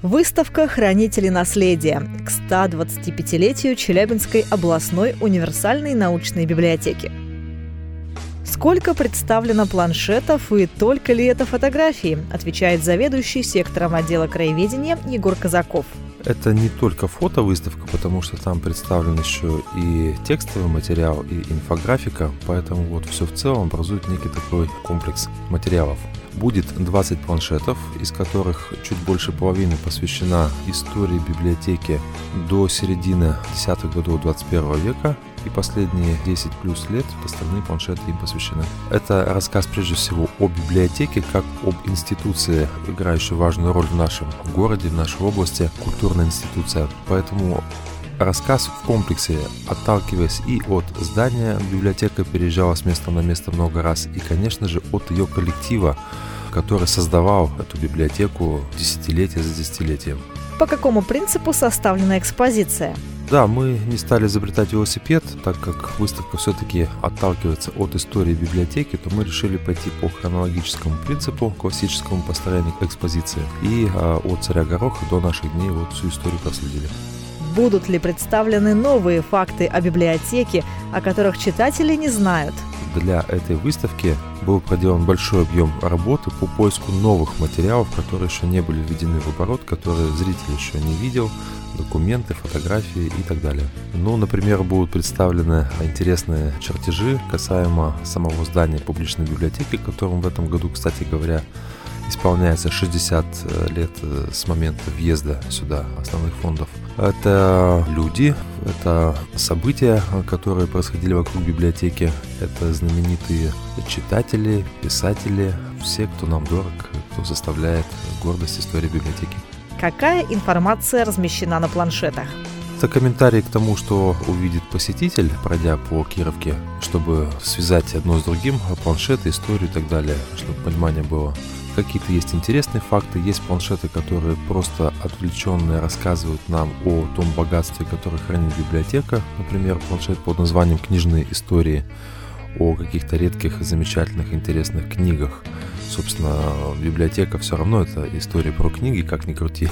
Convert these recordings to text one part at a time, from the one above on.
Выставка «Хранители наследия» к 125-летию Челябинской областной универсальной научной библиотеки. Сколько представлено планшетов и только ли это фотографии, отвечает заведующий сектором отдела краеведения Егор Казаков. Это не только фотовыставка, потому что там представлен еще и текстовый материал, и инфографика, поэтому вот все в целом образует некий такой комплекс материалов. Будет 20 планшетов, из которых чуть больше половины посвящена истории библиотеки до середины 10-х годов 21 века, и последние 10 плюс лет остальные планшеты им посвящены. Это рассказ прежде всего о библиотеке, как об институции, играющей важную роль в нашем городе, в нашей области, культурная институция. Поэтому рассказ в комплексе, отталкиваясь и от здания, библиотека переезжала с места на место много раз, и, конечно же, от ее коллектива, который создавал эту библиотеку десятилетие за десятилетием. По какому принципу составлена экспозиция? Да, мы не стали изобретать велосипед, так как выставка все-таки отталкивается от истории библиотеки, то мы решили пойти по хронологическому принципу, классическому построению экспозиции. И от царя Гороха до наших дней вот всю историю проследили. Будут ли представлены новые факты о библиотеке, о которых читатели не знают? Для этой выставки был проделан большой объем работы по поиску новых материалов, которые еще не были введены в оборот, которые зритель еще не видел, документы, фотографии и так далее. Ну, например, будут представлены интересные чертежи касаемо самого здания публичной библиотеки, которому в этом году, кстати говоря, исполняется 60 лет с момента въезда сюда основных фондов. Это люди, это события, которые происходили вокруг библиотеки, это знаменитые читатели, писатели, все, кто нам дорог, кто составляет гордость истории библиотеки. Какая информация размещена на планшетах? Это комментарий к тому, что увидит посетитель, пройдя по Кировке, чтобы связать одно с другим, планшеты, историю и так далее, чтобы понимание было. Какие-то есть интересные факты, есть планшеты, которые просто отвлеченные рассказывают нам о том богатстве, которое хранит библиотека. Например, планшет под названием «Книжные истории», о каких-то редких, замечательных, интересных книгах. Собственно, библиотека все равно это история про книги, как ни крути.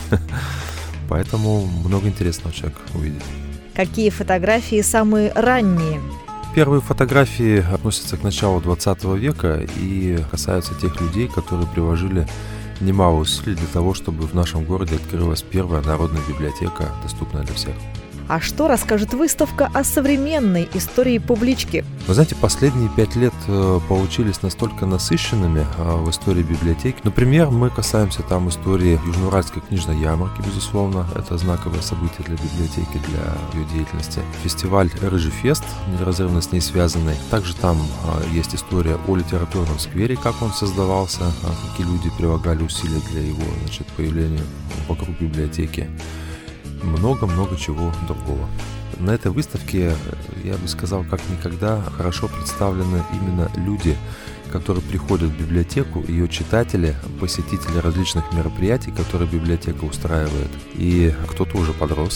Поэтому много интересного человек увидит. Какие фотографии самые ранние? Первые фотографии относятся к началу 20 века и касаются тех людей, которые приложили немало усилий для того, чтобы в нашем городе открылась первая народная библиотека, доступная для всех. А что расскажет выставка о современной истории публички? Вы знаете, последние 5 лет получились настолько насыщенными в истории библиотеки. Например, мы касаемся там истории Южноуральской книжной ярмарки, безусловно. Это знаковое событие для библиотеки, для ее деятельности. Фестиваль «Рыжий фест», неразрывно с ней связанный. Также там есть история о литературном сквере, как он создавался, какие люди прилагали усилия для его появления вокруг библиотеки. Много-много чего другого. На этой выставке, я бы сказал, как никогда хорошо представлены именно люди, которые приходят в библиотеку, ее читатели, посетители различных мероприятий, которые библиотека устраивает. И кто-то уже подрос.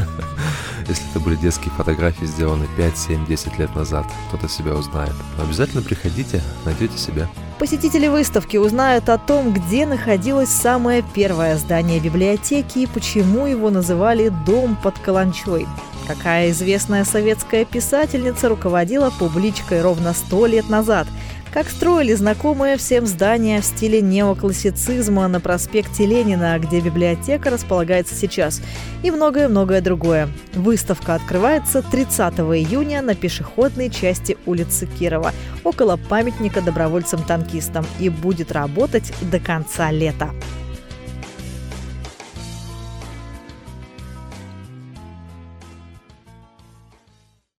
Если это были детские фотографии, сделаны 5, 7, 10 лет назад, кто-то себя узнает. Но обязательно приходите, найдете себя. Посетители выставки узнают о том, где находилось самое первое здание библиотеки и почему его называли «Дом под каланчой». Какая известная советская писательница руководила публичкой ровно 100 лет назад. Как строили знакомое всем здание в стиле неоклассицизма на проспекте Ленина, где библиотека располагается сейчас, и многое-многое другое. Выставка открывается 30 июня на пешеходной части улицы Кирова, около памятника добровольцам-танкистам, и будет работать до конца лета.